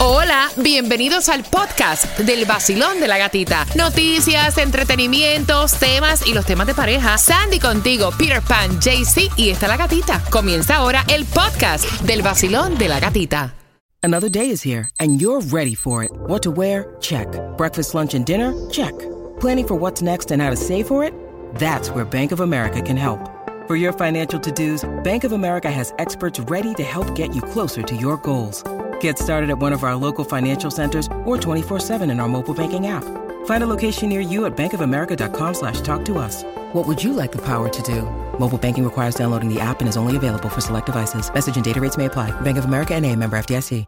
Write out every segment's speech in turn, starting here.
Hola, bienvenidos al podcast del Vacilón de la Gatita. Noticias, entretenimientos, temas y los temas de pareja. Sandy contigo, Peter Pan, JC y está la gatita. Comienza ahora el podcast del Vacilón de la Gatita. Another day is here, and you're ready for it. What to wear? Check. Breakfast, lunch, and dinner? Check. Planning for what's next and how to save for it? That's where Bank of America can help. For your financial to-dos, Bank of America has experts ready to help get you closer to your goals. Get started at one of our local financial centers or 24/7 in our mobile banking app. Find a location near you at bankofamerica.com/talktous. What would you like the power to do? Mobile banking requires downloading the app and is only available for select devices. Message and data rates may apply. Bank of America N.A., member FDIC.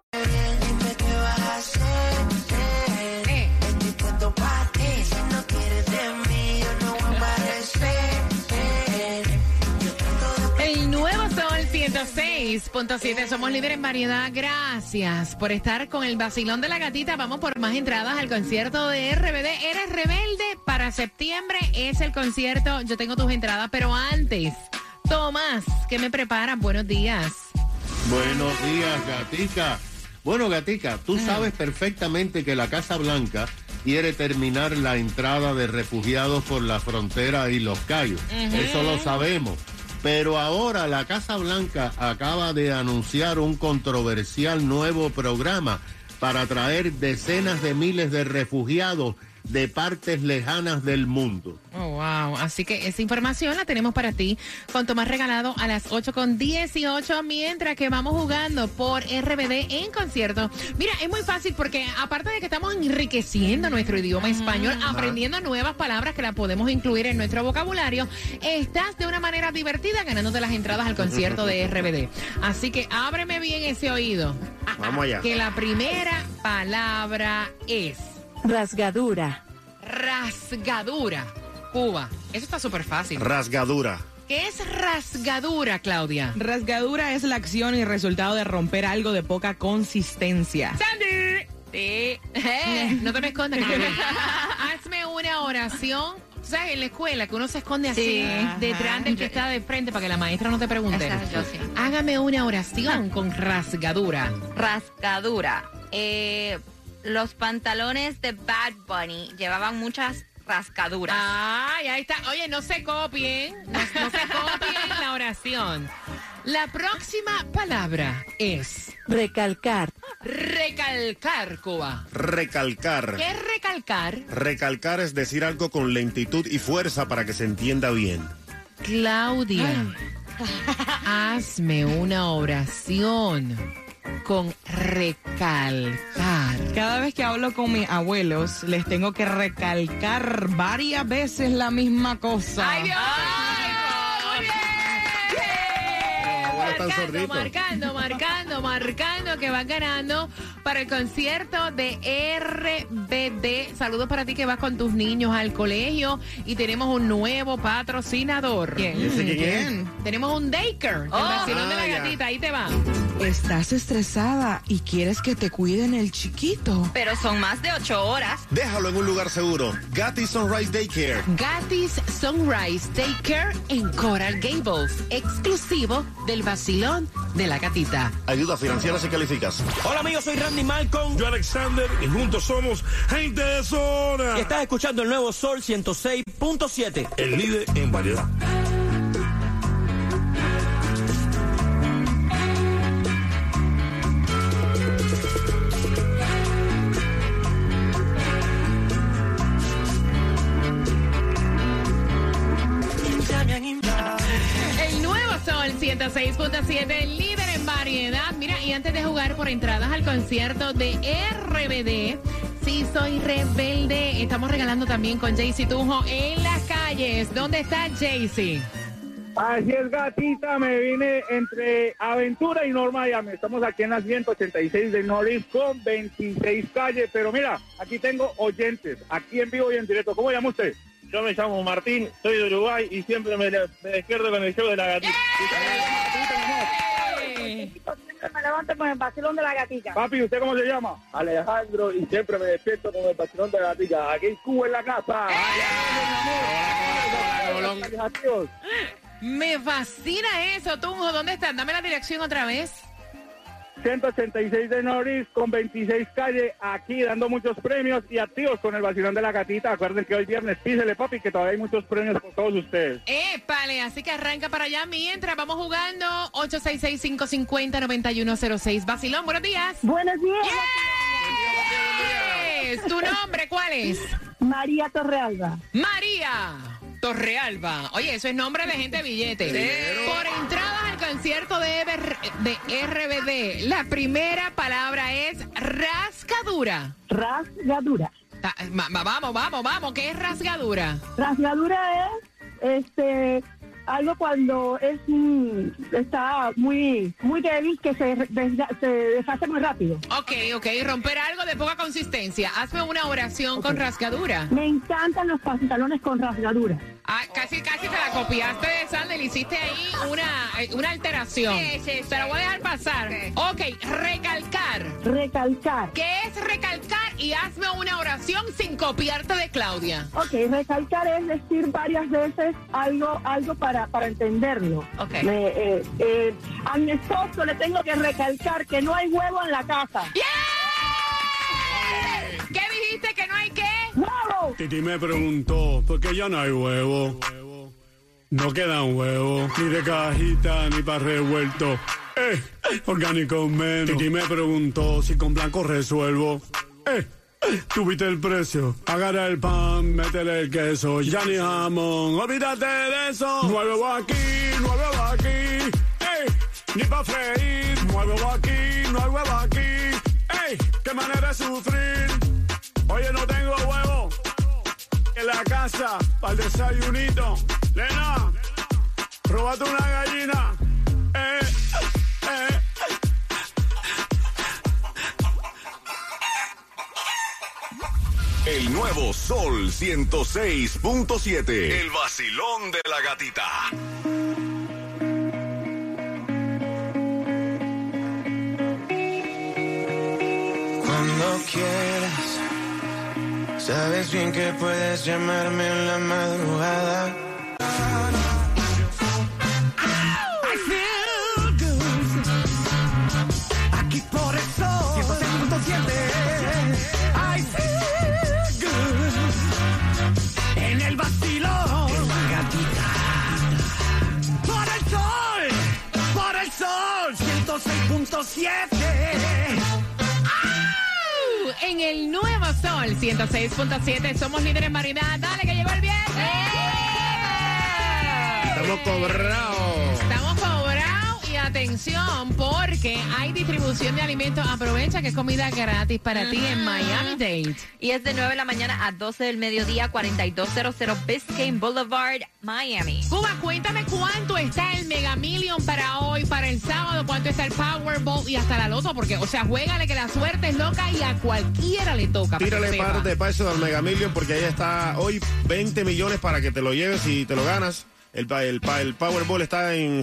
El nuevo Sol 106.7. Somos líderes en variedad. Gracias por estar con el Vacilón de la Gatita. Vamos por más entradas al concierto de RBD. ¿Eres rebelde? Para septiembre es el concierto. Yo tengo tus entradas, pero antes, Tomás, ¿qué me preparan? Buenos días. Buenos días, Gatica. Bueno, Gatica, tú sabes perfectamente que la Casa Blanca quiere terminar la entrada de refugiados por la frontera y Los Cayos. Eso lo sabemos. Pero ahora la Casa Blanca acaba de anunciar un controversial nuevo programa para traer decenas de miles de refugiados de partes lejanas del mundo. Oh, wow. Así que esa información la tenemos para ti con Tomás Regalado a las 8:18, mientras que vamos jugando por RBD en concierto. Mira, es muy fácil porque aparte de que estamos enriqueciendo nuestro idioma español, aprendiendo nuevas palabras que las podemos incluir en nuestro vocabulario, estás de una manera divertida ganándote las entradas al concierto de RBD. Así que ábreme bien ese oído. Vamos allá. Que la primera palabra es... Rasgadura. Rasgadura. Cuba. Eso está súper fácil. Rasgadura. ¿Qué es rasgadura, Claudia? Rasgadura es la acción y resultado de romper algo de poca consistencia. ¡Sandy! Sí. No te me escondas. Hazme una oración. ¿Sabes? En la escuela que uno se esconde así, detrás del que está de frente para que la maestra no te pregunte. Yo sí. Hágame una oración con rasgadura. Rasgadura. Los pantalones de Bad Bunny llevaban muchas rasgaduras. Ay, ahí está. Oye, no se copien. No se copien la oración. La próxima palabra es... Recalcar. Recalcar, Cuba. Recalcar. ¿Qué es recalcar? Recalcar es decir algo con lentitud y fuerza para que se entienda bien. Claudia, hazme una oración con recalcar. Cada vez que hablo con mis abuelos, les tengo que recalcar varias veces la misma cosa. ¡Ay, Dios! ¡Muy bien! Marcando que vas ganando para el concierto de RBD. Saludos para ti que vas con tus niños al colegio y tenemos un nuevo patrocinador. ¿Quién? Tenemos un daycare del Vacilón de la Gatita. Ahí te va. ¿Estás estresada y quieres que te cuiden el chiquito? Pero son más de 8 horas. Déjalo en un lugar seguro. Gatti Sunrise Daycare. Gattis Sunrise Daycare en Coral Gables, exclusivo del Vacilón de la Gatita. Ayuda financiera si calificas. Hola amigos, soy Randy Malcolm. Yo Alexander y juntos somos gente de zona. Y estás escuchando el nuevo Sol 106.7. El líder en variedad. El nuevo Sol 106.7, líder en variedad. Mira, y antes de jugar por entradas al concierto de RBD, Sí Soy Rebelde, estamos regalando también con Jaycee Tunjo en las calles. ¿Dónde está Jaycee? Así es, Gatita, me vine entre Aventura y North Miami. Estamos aquí en la 186 de Norris con 26 calles. Pero mira, aquí tengo oyentes, aquí en vivo y en directo. ¿Cómo llama usted? Yo me llamo Martín, soy de Uruguay y siempre me despierto con el show de la Gatita. Me levanto con el Vacilón de la Gatita. Papi, ¿usted cómo se llama? Alejandro y siempre me despierto con el Vacilón de la Gatita. Aquí en Cuba en la casa. Me fascina eso, Tunjo. ¿Dónde están? Dame la dirección otra vez. 186 de Norris con 26 calle, aquí dando muchos premios y activos con el vacilón de la gatita. Acuerden que hoy viernes, písele papi, que todavía hay muchos premios por todos ustedes. Épale, así que arranca para allá mientras vamos jugando. 866-550-9106. Vacilón, buenos días. Buenos días. Yes. ¿Tu nombre cuál es? María Torrealba. María Torrealba. Oye, eso es nombre de gente billete. Por entradas al concierto de RBD, la primera palabra es rasgadura. Rasgadura. Vamos. ¿Qué es rasgadura? Rasgadura es algo cuando está muy débil, que se deshace muy rápido. Ok. Romper algo de poca consistencia. Hazme una oración con rasgadura. Me encantan los pantalones con rasgadura. Ah, casi te la copiaste de Sandy, le hiciste ahí una alteración. Sí. Te la voy a dejar pasar. Ok, recalcar. Recalcar. ¿Qué es recalcar? Y hazme una oración sin copiarte de Claudia. Ok, recalcar es decir varias veces algo para entenderlo. Ok. A mi esposo le tengo que recalcar que no hay huevo en la casa. ¡Yeah! ¿Qué dijiste? ¿Que no hay qué? ¡Huevo! Titi me preguntó, ¿por qué ya no hay huevo? No quedan huevos, ni de cajita, ni para revuelto. Orgánico menos. Titi me preguntó si con blanco resuelvo. ¿Tuviste el precio? Agarra el pan, métele el queso, ya ni jamón, olvídate de eso. No hay huevo aquí, no hay huevo aquí, ni pa' freír. No hay huevo aquí, no hay huevo aquí, qué manera de sufrir. Oye, no tengo huevo en la casa para el desayunito. Lena, róbate una gallina. El nuevo Sol 106.7. El vacilón de la gatita. Cuando quieras, sabes bien que puedes llamarme en la madrugada. I feel good. Aquí por el Sol 106.7. I feel good. En el vacilón, en la gatita. Por el Sol 106.7. En el nuevo Sol 106.7 somos líderes en variedad. Dale que llegó el viernes. Estamos cobrados. Y atención, porque hay distribución de alimentos. Aprovecha que es comida gratis para ti en Miami-Dade. Y es de 9 de la mañana a 12 del mediodía, 4200 Biscayne Boulevard, Miami. Cuba, cuéntame cuánto está el Mega Million para hoy, para el sábado, cuánto está el Powerball y hasta la loto, porque, o sea, juégale que la suerte es loca y a cualquiera le toca. Tírale par de pesos al Mega Million porque ahí está hoy 20 millones para que te lo lleves y te lo ganas. El Powerball está en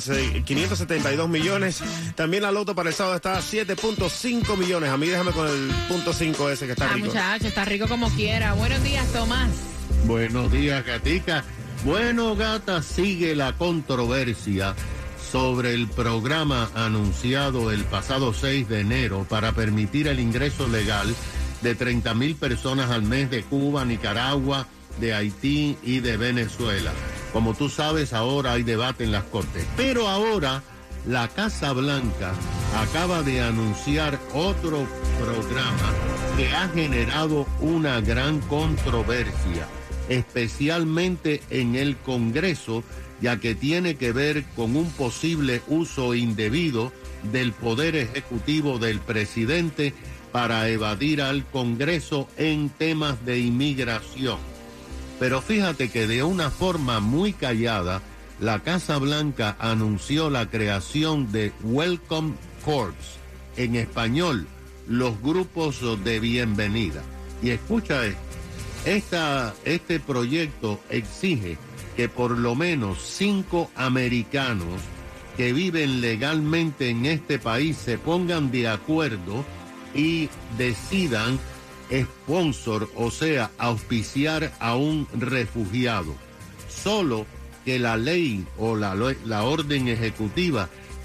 572 millones. También la loto para el sábado está a 7.5 millones. A mí déjame con el .5 ese que está rico. Muchacho, está rico como quiera. Buenos días, Tomás. Buenos días, gatica. Bueno, gata, sigue la controversia sobre el programa anunciado el pasado 6 de enero para permitir el ingreso legal de 30,000 personas al mes de Cuba, Nicaragua, de Haití y de Venezuela. Como tú sabes, ahora hay debate en las Cortes. Pero ahora la Casa Blanca acaba de anunciar otro programa que ha generado una gran controversia, especialmente en el Congreso, ya que tiene que ver con un posible uso indebido del poder ejecutivo del presidente para evadir al Congreso en temas de inmigración. Pero fíjate que de una forma muy callada, la Casa Blanca anunció la creación de Welcome Corps, en español, los grupos de bienvenida. Y escucha esto, este proyecto exige que por lo menos 5 americanos que viven legalmente en este país se pongan de acuerdo y decidan sponsor, o sea, auspiciar a un refugiado. Solo que la ley o la orden ejecutiva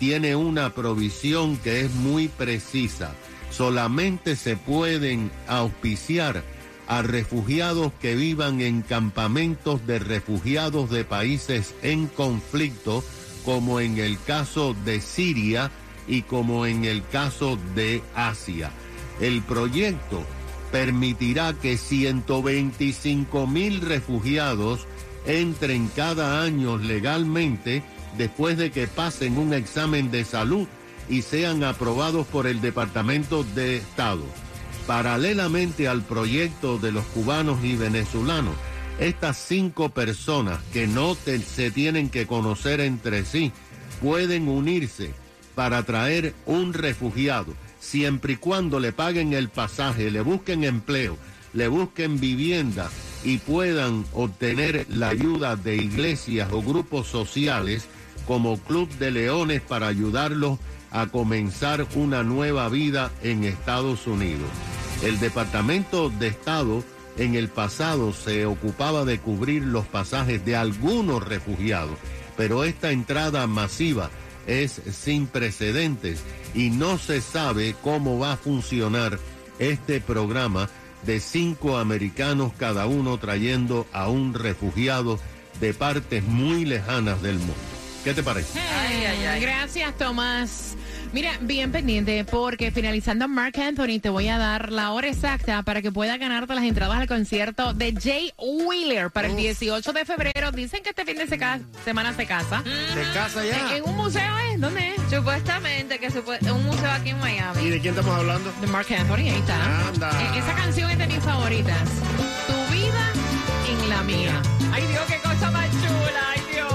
tiene una provisión que es muy precisa. Solamente se pueden auspiciar a refugiados que vivan en campamentos de refugiados de países en conflicto, como en el caso de Siria y como en el caso de Asia. El proyecto permitirá que 125,000 refugiados entren cada año legalmente después de que pasen un examen de salud y sean aprobados por el Departamento de Estado. Paralelamente al proyecto de los cubanos y venezolanos, estas 5 personas que no se tienen que conocer entre sí pueden unirse para traer un refugiado, siempre y cuando le paguen el pasaje, le busquen empleo, le busquen vivienda y puedan obtener la ayuda de iglesias o grupos sociales como Club de Leones para ayudarlos a comenzar una nueva vida en Estados Unidos. El Departamento de Estado en el pasado se ocupaba de cubrir los pasajes de algunos refugiados, pero esta entrada masiva es sin precedentes y no se sabe cómo va a funcionar este programa de 5 americanos cada uno trayendo a un refugiado de partes muy lejanas del mundo. ¿Qué te parece? Gracias, Tomás. Mira, bien pendiente, porque finalizando Marc Anthony te voy a dar la hora exacta para que puedas ganarte las entradas al concierto de Jay Wheeler para el 18 de febrero. Dicen que este fin de semana se casa. ¿Se casa ya? ¿En un museo es? ¿Dónde es? Supuestamente que un museo aquí en Miami. ¿Y de quién estamos hablando? De Marc Anthony, ahí está. Anda. Esa canción es de mis favoritas. Tu vida en la mía. Ay, Dios, qué cosa más chula. Ay, Dios.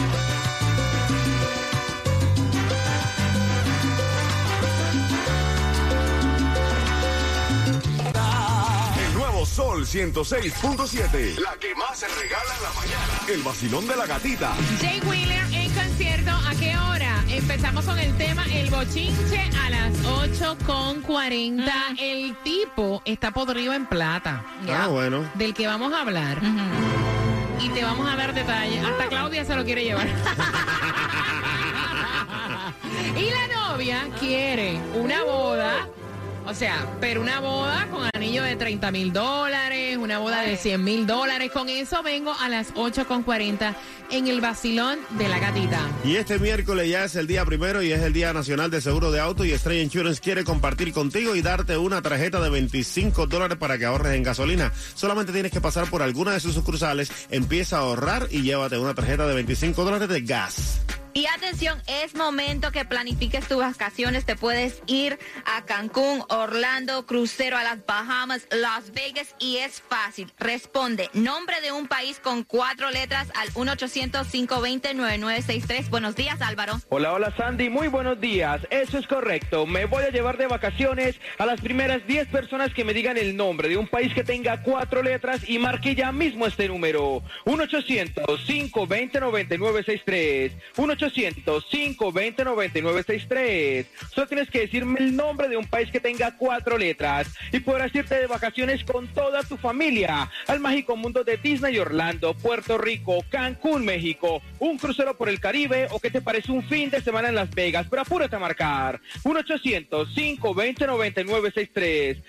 Sol 106.7. La que más se regala en la mañana. El vacilón de la gatita. Jay Wheeler en concierto. ¿A qué hora? Empezamos con el tema El Bochinche a las 8:40. El tipo está podrido en plata. Ah, bueno. Del que vamos a hablar. Y te vamos a dar detalles. Hasta Claudia se lo quiere llevar. Y la novia quiere una boda. O sea, pero una boda con anillo de $30,000, una boda de $100,000. Con eso vengo a las 8:40 en el vacilón de la gatita. Y este miércoles ya es el día primero y es el Día Nacional de Seguro de Auto, y Estrella Insurance quiere compartir contigo y darte una tarjeta de $25 para que ahorres en gasolina. Solamente tienes que pasar por alguna de sus sucursales, empieza a ahorrar y llévate una tarjeta de $25 de gas. Y atención, es momento que planifiques tus vacaciones. Te puedes ir a Cancún, Orlando, crucero a las Bahamas, Las Vegas, y es fácil. Responde nombre de un país con 4 letras al 1-800-520-9963. Buenos días, Álvaro. Hola, hola, Sandy. Muy buenos días. Eso es correcto. Me voy a llevar de vacaciones a las primeras 10 personas que me digan el nombre de un país que tenga 4 letras y marque ya mismo este número. 1-800-520-9963. 1-800-520-9963. Solo tienes que decirme el nombre de un país que tenga 4 letras y podrás irte de vacaciones con toda tu familia al mágico mundo de Disney Orlando, Puerto Rico, Cancún, México, un crucero por el Caribe, o qué te parece un fin de semana en Las Vegas. Pero apúrate a marcar 1-800-520-9963.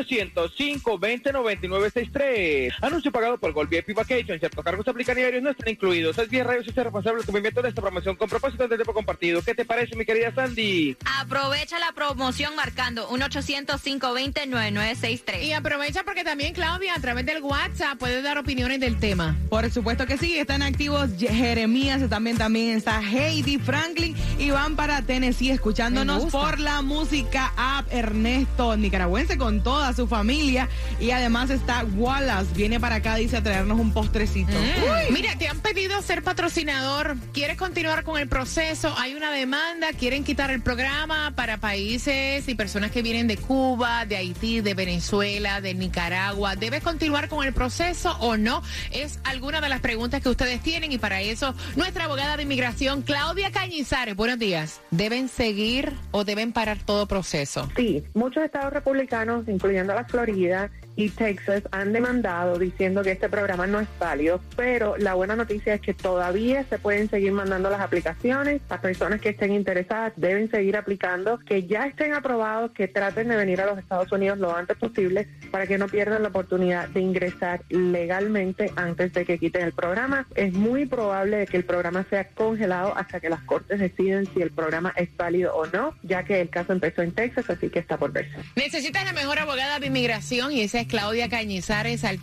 1-800-520-9963. Anuncio pagado por Gold VIP Vacation. Ciertos cargos aplican y no están incluidos. Es 10 rayos y ser responsable del cumplimiento de esta promoción con propósito de tiempo compartido. ¿Qué te parece, mi querida Sandy? Aprovecha la promoción marcando 1-800-520-9963. Y aprovecha porque también, Claudia, a través del WhatsApp puedes dar opiniones del tema. Por supuesto que sí, están activos Jeremías, también está Heidi Franklin y van para Tennessee escuchándonos por la música app. Ernesto, nicaragüense con toda su familia, y además está Wallace, viene para acá, dice, a traernos un postrecito. Mira, te han pedido ser patrocinador. ¿Quieres continuar con el proceso? Hay una demanda, quieren quitar el programa para países y personas que vienen de Cuba, de Haití, de Venezuela, de Nicaragua. ¿Debes continuar con el proceso o no? Es alguna de las preguntas que ustedes tienen, y para eso nuestra abogada de inmigración, Claudia Cañizares. Buenos días. ¿Deben seguir o deben parar todo proceso? Sí, muchos estados republicanos, incluyendo la Florida y Texas han demandado diciendo que este programa no es válido, pero la buena noticia es que todavía se pueden seguir mandando las aplicaciones. Las personas que estén interesadas deben seguir aplicando, que ya estén aprobados, que traten de venir a los Estados Unidos lo antes posible para que no pierdan la oportunidad de ingresar legalmente antes de que quiten el programa. Es muy probable que el programa sea congelado hasta que las cortes deciden si el programa es válido o no, ya que el caso empezó en Texas, así que está por verse. Necesitas la mejor abogada de inmigración y esa es Claudia Cañizares al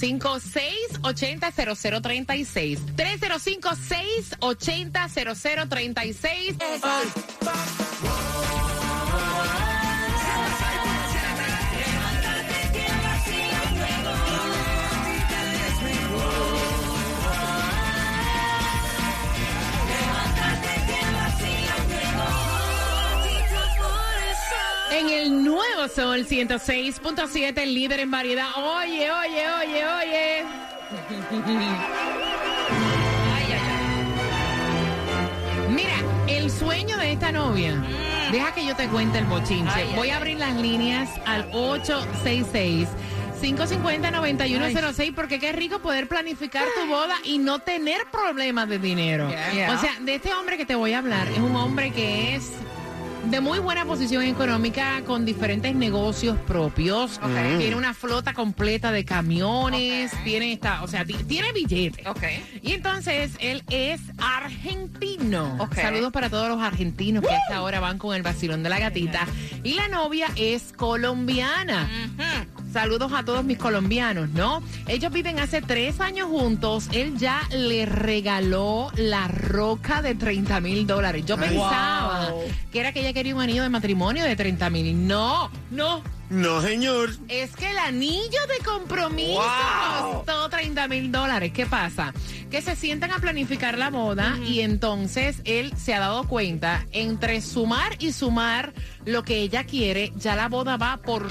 305-680-0036. 305-680-0036. En el nuevo Sol 106.7, el líder en variedad. Oye. Mira, el sueño de esta novia. Deja que yo te cuente el bochinche. Voy a abrir las líneas al 866-550-9106 porque qué rico poder planificar tu boda y no tener problemas de dinero. O sea, de este hombre que te voy a hablar, es un hombre que es de muy buena posición económica, con diferentes negocios propios. Tiene una flota completa de camiones, tiene billete. Y entonces él es argentino. Saludos para todos los argentinos que hasta ahora van con el vacilón de la gatita. Y la novia es colombiana. Saludos a todos mis colombianos, ¿no? Ellos viven hace 3 años juntos. Él ya le regaló la roca de $30,000. Yo pensaba que era que ella quería un anillo de matrimonio de $30,000. No. No, señor. Es que el anillo de compromiso costó $30,000. ¿Qué pasa? Que se sientan a planificar la boda y entonces él se ha dado cuenta, entre sumar y sumar lo que ella quiere, ya la boda va por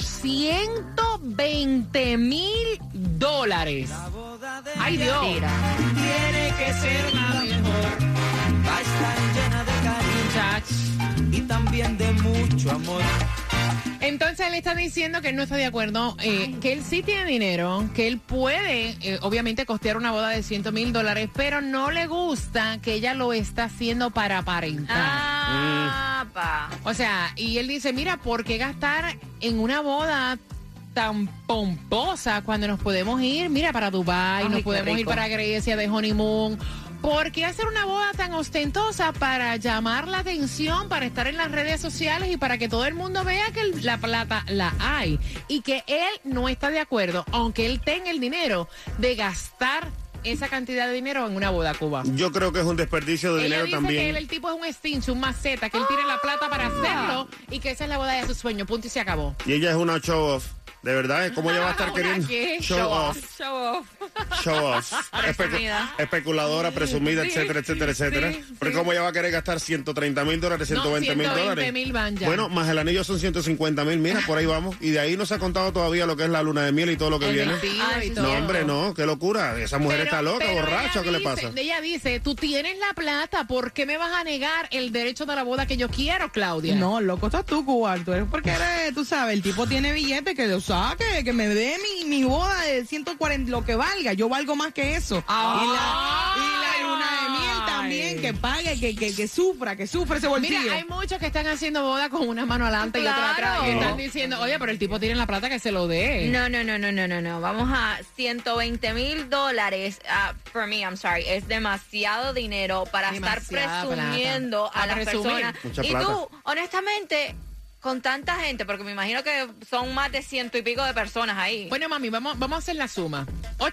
$120,000. ¡Ay, Dios! Tiene que ser la mejor. Va a estar llena de cariño y también de mucho amor. Entonces él está diciendo que él no está de acuerdo, que él sí tiene dinero, que él puede, obviamente, costear una boda de $100,000, pero no le gusta que ella lo está haciendo para aparentar. O sea, y él dice, mira, ¿por qué gastar en una boda tan pomposa cuando nos podemos ir, mira, para Dubái, nos podemos ir para Grecia de honeymoon? ¿Por qué hacer una boda tan ostentosa para llamar la atención, para estar en las redes sociales y para que todo el mundo vea que la plata la hay? Y que él no está de acuerdo, aunque él tenga el dinero, de gastar esa cantidad de dinero en una boda, Cuba. Yo creo que es un desperdicio de dinero también. Que el tipo es un stinch, un maceta, que él tiene la plata para hacerlo y que esa es la boda de su sueño, punto y se acabó. Y ella es una show off. De verdad, es como ella va a estar queriendo. Show off. Especuladora, presumida, etcétera. Pero cómo ella va a querer gastar $130,000, $120,000. Van ya. Bueno, más el anillo son $150,000. Mira, por ahí vamos. Y de ahí no se ha contado todavía lo que es la luna de miel y todo lo que viene. No, hombre, no. Qué locura. Esa mujer está loca, borracha. ¿Qué le pasa? Ella dice, tú tienes la plata, ¿por qué me vas a negar el derecho de la boda que yo quiero, Claudia? No, loco, estás tú, Cuba. Tú eres porque eres, tú sabes, el tipo tiene billete que lo saque, que me dé mi boda de 140, lo que valga. Yo valgo más que eso. Y la luna de miel también, que pague, que sufra ese bolsillo. Mira, hay muchos que están haciendo boda con una mano adelante y otra atrás y están diciendo, oye, pero el tipo tiene la plata, que se lo dé. No. Vamos a $120,000. For me, I'm sorry, es demasiado dinero para estar presumiendo a las personas. Y tú, honestamente, con tanta gente, porque me imagino que son más de 100 y pico de personas ahí. Bueno, mami, vamos a hacer la suma.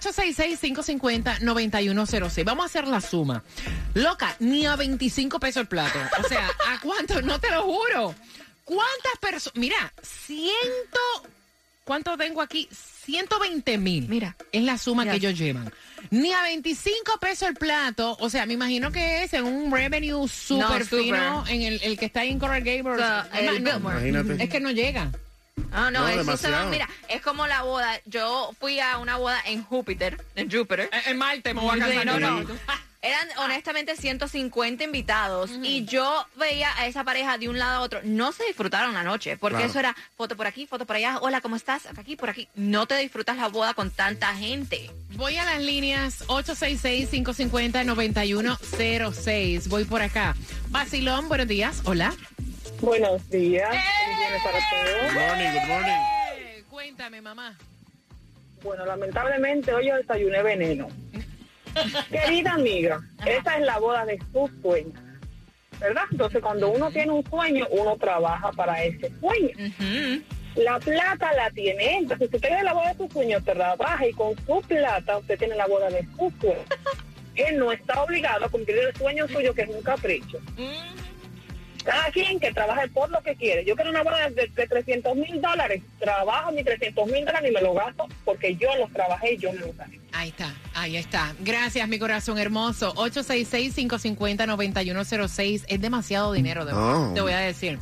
866-550-9106. Vamos a hacer la suma. Loca, ni a 25 pesos el plato. O sea, ¿a cuánto? No te lo juro. ¿Cuántas personas? Mira, ¿cuánto tengo aquí? 120,000. Mira, es la suma que ellos llevan. Ni a 25 pesos el plato. O sea, me imagino que es en un revenue súper fino, en el que está ahí en Coral Gables. Imagínate. Es que no llega. No, eso se va. Mira, es como la boda. Yo fui a una boda en Júpiter. En Marte, me voy a casar. Eran honestamente 150 invitados y yo veía a esa pareja de un lado a otro. No se disfrutaron la noche porque eso era foto por aquí, foto por allá. Hola, ¿cómo estás? Aquí, por aquí. No te disfrutas la boda con tanta gente. Voy a las líneas 866-550-9106. Voy por acá. Vacilón, buenos días. Hola. Buenos días. Bendiciones para todos. Good morning, good morning. Cuéntame, mamá. Bueno, lamentablemente hoy yo desayuné veneno. Querida amiga, esa es la boda de sus sueños, ¿verdad? Entonces, cuando uno tiene un sueño, uno trabaja para ese sueño. La plata la tiene. Entonces, si usted tiene la boda de sus sueños, trabaja y con su plata usted tiene la boda de sus sueños. Él no está obligado a cumplir el sueño suyo, que es un capricho. Cada quien que trabaje por lo que quiere. Yo quiero una boda de $300,000. Trabajo mis $300,000 y me lo gasto porque yo los trabajé y yo me lo gané. Ahí está. Gracias, mi corazón hermoso. 866-550-9106. Es demasiado dinero, te voy a decir.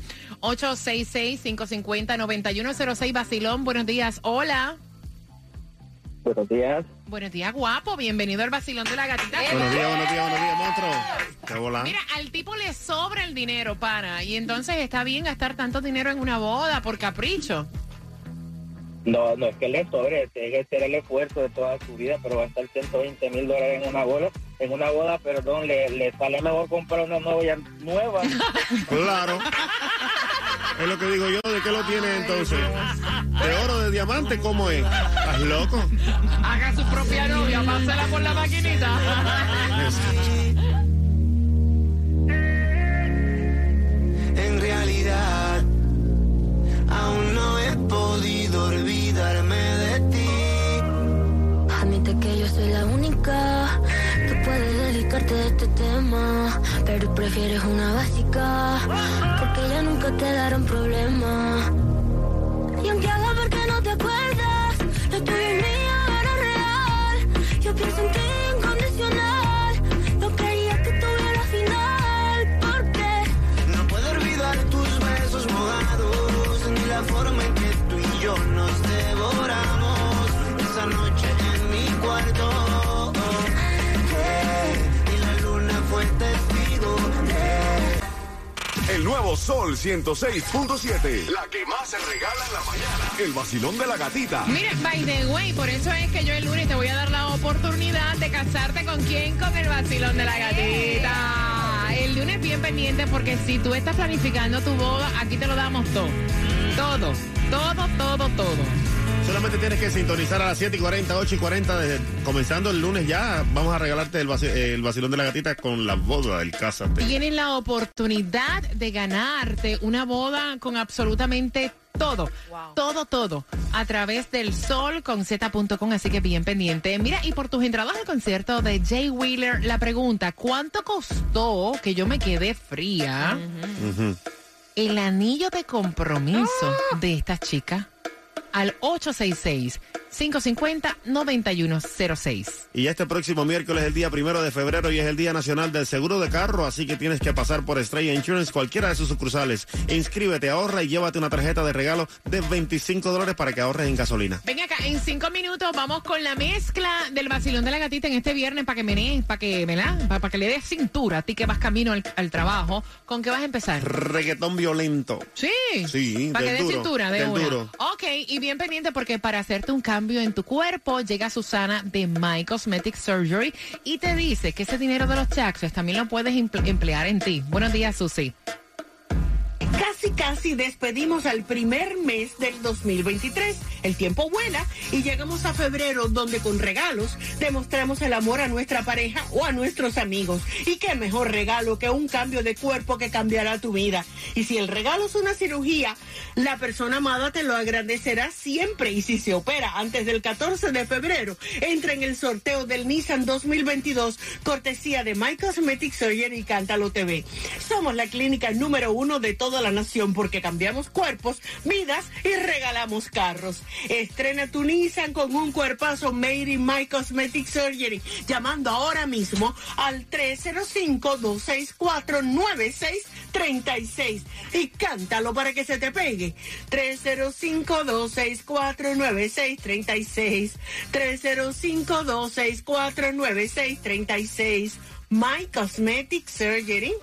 866-550-9106. Vacilón, buenos días. Hola. Buenos días. Buenos días, guapo. Bienvenido al Vacilón de la Gatita. Buenos días, monstruo. Qué bola. Mira, al tipo le sobra el dinero, pana. Y entonces está bien gastar tanto dinero en una boda por capricho. No es que le sobre, tiene que hacer el esfuerzo de toda su vida, pero gastar $120,000 en una boda, perdón, le sale mejor comprar una novia nueva. Claro. Es lo que digo yo, ¿de qué lo tiene entonces? ¿De oro, de diamante? ¿Cómo es? ¿Estás loco? Haga su propia novia, pásela por la maquinita. En realidad, aún no he podido olvidarme de ti. Admite que yo soy la única que puede dedicarte a este tema, pero prefieres una básica porque ya nunca te darán problema. Y aunque haga ver que no te acuerdas, lo tuyo es mío, ahora es real. Yo pienso en ti incondicional. No quería que tuviera final, porque no puedo olvidar tus besos mojados, ni la forma en que tú y yo nos devoramos esa noche en mi cuarto. Y la luna fue testigo. El nuevo Sol 106.7. La que más se regala en la mañana. El vacilón de la gatita. Mira, by the way, por eso es que yo el lunes te voy a dar la oportunidad de casarte con quién, con el vacilón de la gatita. El lunes bien pendiente porque si tú estás planificando tu boda, aquí te lo damos todo. Todo. Solamente tienes que sintonizar a las 7:40, 8:40, comenzando el lunes ya. Vamos a regalarte el vacilón de la gatita con la boda del Cásate. Tienes la oportunidad de ganarte una boda con absolutamente todo, todo, a través del solconz.com, así que bien pendiente. Mira, y por tus entradas al concierto de Jay Wheeler, la pregunta, ¿cuánto costó que yo me quedé fría el anillo de compromiso de esta chica? Al 866-550-9106. Y ya este próximo miércoles es el día 1 de febrero y es el Día Nacional del Seguro de Carro, así que tienes que pasar por Estrella Insurance, cualquiera de sus sucursales. Inscríbete, ahorra y llévate una tarjeta de regalo de $25 para que ahorres en gasolina. Ven acá, en 5 minutos vamos con la mezcla del vacilón de la gatita en este viernes para que para que le des cintura a ti que vas camino al trabajo. ¿Con qué vas a empezar? Reggaetón violento. Sí. Sí, para que des cintura de una. Duro. Ok, y bien pendiente porque para hacerte un cambio en tu cuerpo llega Susana de My Cosmetic Surgery y te dice que ese dinero de los taxes también lo puedes emplear en ti. Buenos días, Susi. Casi despedimos al primer mes del 2023. El tiempo vuela y llegamos a febrero, donde con regalos demostramos el amor a nuestra pareja o a nuestros amigos. Y qué mejor regalo que un cambio de cuerpo que cambiará tu vida. Y si el regalo es una cirugía, la persona amada te lo agradecerá siempre. Y si se opera antes del 14 de febrero, entra en el sorteo del Nissan 2022, cortesía de My Cosmetic Surgery y Cántalo TV. Somos la clínica número 1 de toda la nación porque cambiamos cuerpos, vidas y regalamos carros. Estrena tu Nissan con un cuerpazo made in My Cosmetic Surgery, llamando ahora mismo al 305-264-9636 y cántalo para que se te pegue. 305-264-9636, 305-264-9636. My Cosmetic Surgery